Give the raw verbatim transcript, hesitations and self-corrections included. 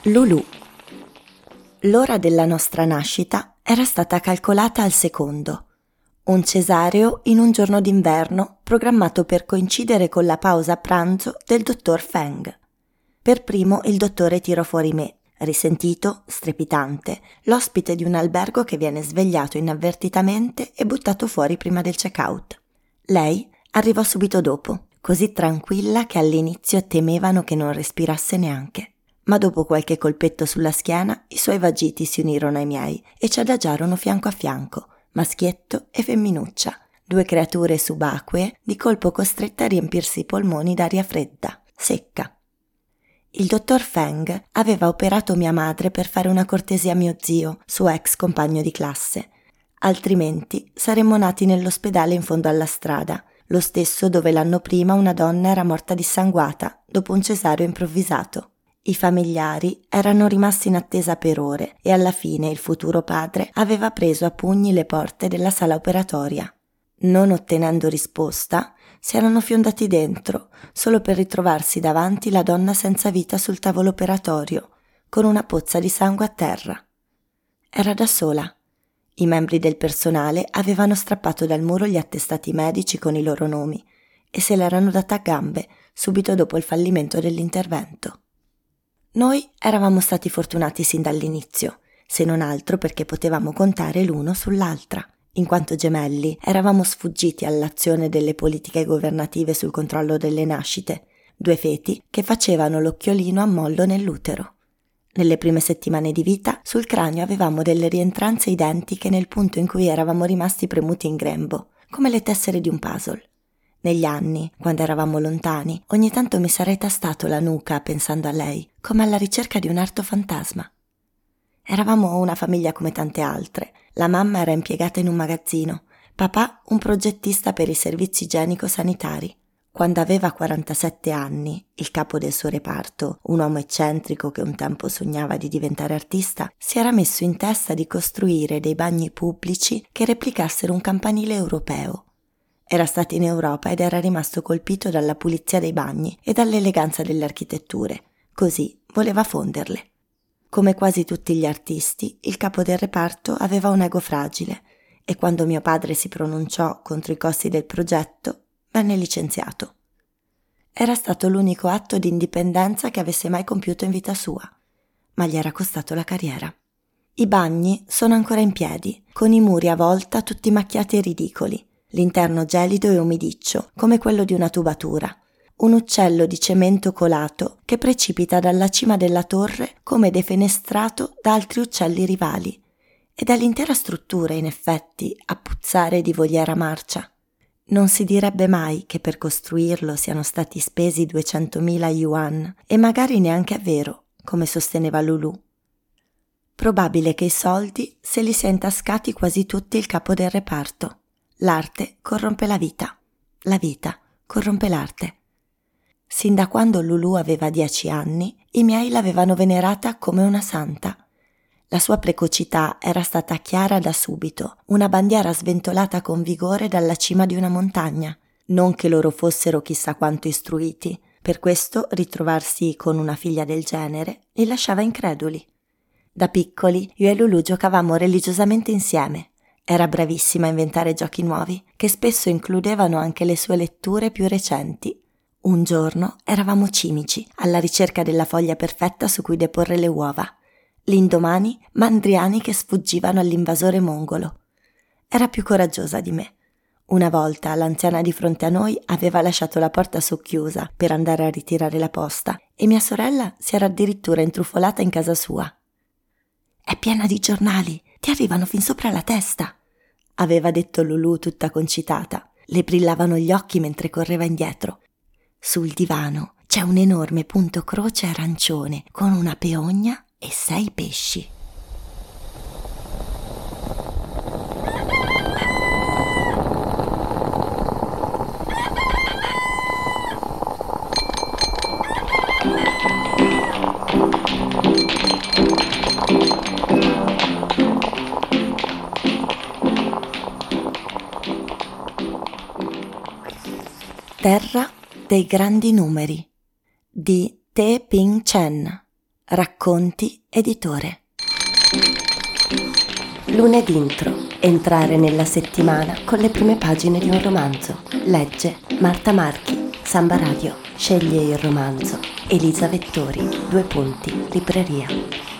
Lulu. L'ora della nostra nascita era stata calcolata al secondo. Un cesareo in un giorno d'inverno programmato per coincidere con la pausa pranzo del dottor Feng. Per primo il dottore tirò fuori me, risentito, strepitante, l'ospite di un albergo che viene svegliato inavvertitamente e buttato fuori prima del check-out. Lei arrivò subito dopo, così tranquilla che all'inizio temevano che non respirasse neanche. Ma dopo qualche colpetto sulla schiena, i suoi vagiti si unirono ai miei e ci adagiarono fianco a fianco, maschietto e femminuccia, due creature subacquee di colpo costrette a riempirsi i polmoni d'aria fredda, secca. Il dottor Feng aveva operato mia madre per fare una cortesia a mio zio, suo ex compagno di classe. Altrimenti saremmo nati nell'ospedale in fondo alla strada, lo stesso dove l'anno prima una donna era morta dissanguata dopo un cesareo improvvisato. I familiari erano rimasti in attesa per ore e alla fine il futuro padre aveva preso a pugni le porte della sala operatoria. Non ottenendo risposta, si erano fiondati dentro, solo per ritrovarsi davanti la donna senza vita sul tavolo operatorio, con una pozza di sangue a terra. Era da sola. I membri del personale avevano strappato dal muro gli attestati medici con i loro nomi e se l'erano data a gambe subito dopo il fallimento dell'intervento. Noi eravamo stati fortunati sin dall'inizio, se non altro perché potevamo contare l'uno sull'altra. In quanto gemelli, eravamo sfuggiti all'azione delle politiche governative sul controllo delle nascite, due feti che facevano l'occhiolino a mollo nell'utero. Nelle prime settimane di vita, sul cranio avevamo delle rientranze identiche nel punto in cui eravamo rimasti premuti in grembo, come le tessere di un puzzle. Negli anni, quando eravamo lontani, ogni tanto mi sarei tastato la nuca pensando a lei, come alla ricerca di un arto fantasma. Eravamo una famiglia come tante altre. La mamma era impiegata in un magazzino, papà un progettista per i servizi igienico-sanitari. Quando aveva quarantasette anni, il capo del suo reparto, un uomo eccentrico che un tempo sognava di diventare artista, si era messo in testa di costruire dei bagni pubblici che replicassero un campanile europeo. Era stato in Europa ed era rimasto colpito dalla pulizia dei bagni e dall'eleganza delle architetture, così voleva fonderle. Come quasi tutti gli artisti, il capo del reparto aveva un ego fragile e quando mio padre si pronunciò contro i costi del progetto, venne licenziato. Era stato l'unico atto di indipendenza che avesse mai compiuto in vita sua, ma gli era costato la carriera. I bagni sono ancora in piedi, con i muri a volta tutti macchiati e ridicoli, l'interno gelido e umidiccio, come quello di una tubatura. Un uccello di cemento colato che precipita dalla cima della torre come defenestrato da altri uccelli rivali. Ed è l'intera struttura, in effetti, a puzzare di voliera marcia. Non si direbbe mai che per costruirlo siano stati spesi duecentomila yuan, e magari neanche è vero, come sosteneva Lulu. Probabile che i soldi se li sia intascati quasi tutti il capo del reparto. L'arte corrompe la vita. La vita corrompe l'arte. Sin da quando Lulu aveva dieci anni, i miei l'avevano venerata come una santa. La sua precocità era stata chiara da subito, una bandiera sventolata con vigore dalla cima di una montagna. Non che loro fossero chissà quanto istruiti, per questo ritrovarsi con una figlia del genere li lasciava increduli. Da piccoli io e Lulu giocavamo religiosamente insieme. Era bravissima a inventare giochi nuovi, che spesso includevano anche le sue letture più recenti. Un giorno eravamo cimici, alla ricerca della foglia perfetta su cui deporre le uova. L'indomani mandriani che sfuggivano all'invasore mongolo. Era più coraggiosa di me. Una volta l'anziana di fronte a noi aveva lasciato la porta socchiusa per andare a ritirare la posta e mia sorella si era addirittura intrufolata in casa sua. «È piena di giornali, ti arrivano fin sopra la testa», aveva detto Lulu tutta concitata. Le brillavano gli occhi mentre correva indietro. Sul divano c'è un enorme punto croce arancione con una peogna e sei pesci. Terra dei grandi numeri di Te Ping Chen, Racconti Editore. Lunedì intro. Entrare nella settimana con le prime pagine di un romanzo. Legge Marta Marchi, Samba Radio. Sceglie il romanzo Elisa Vettori, due punti, libreria.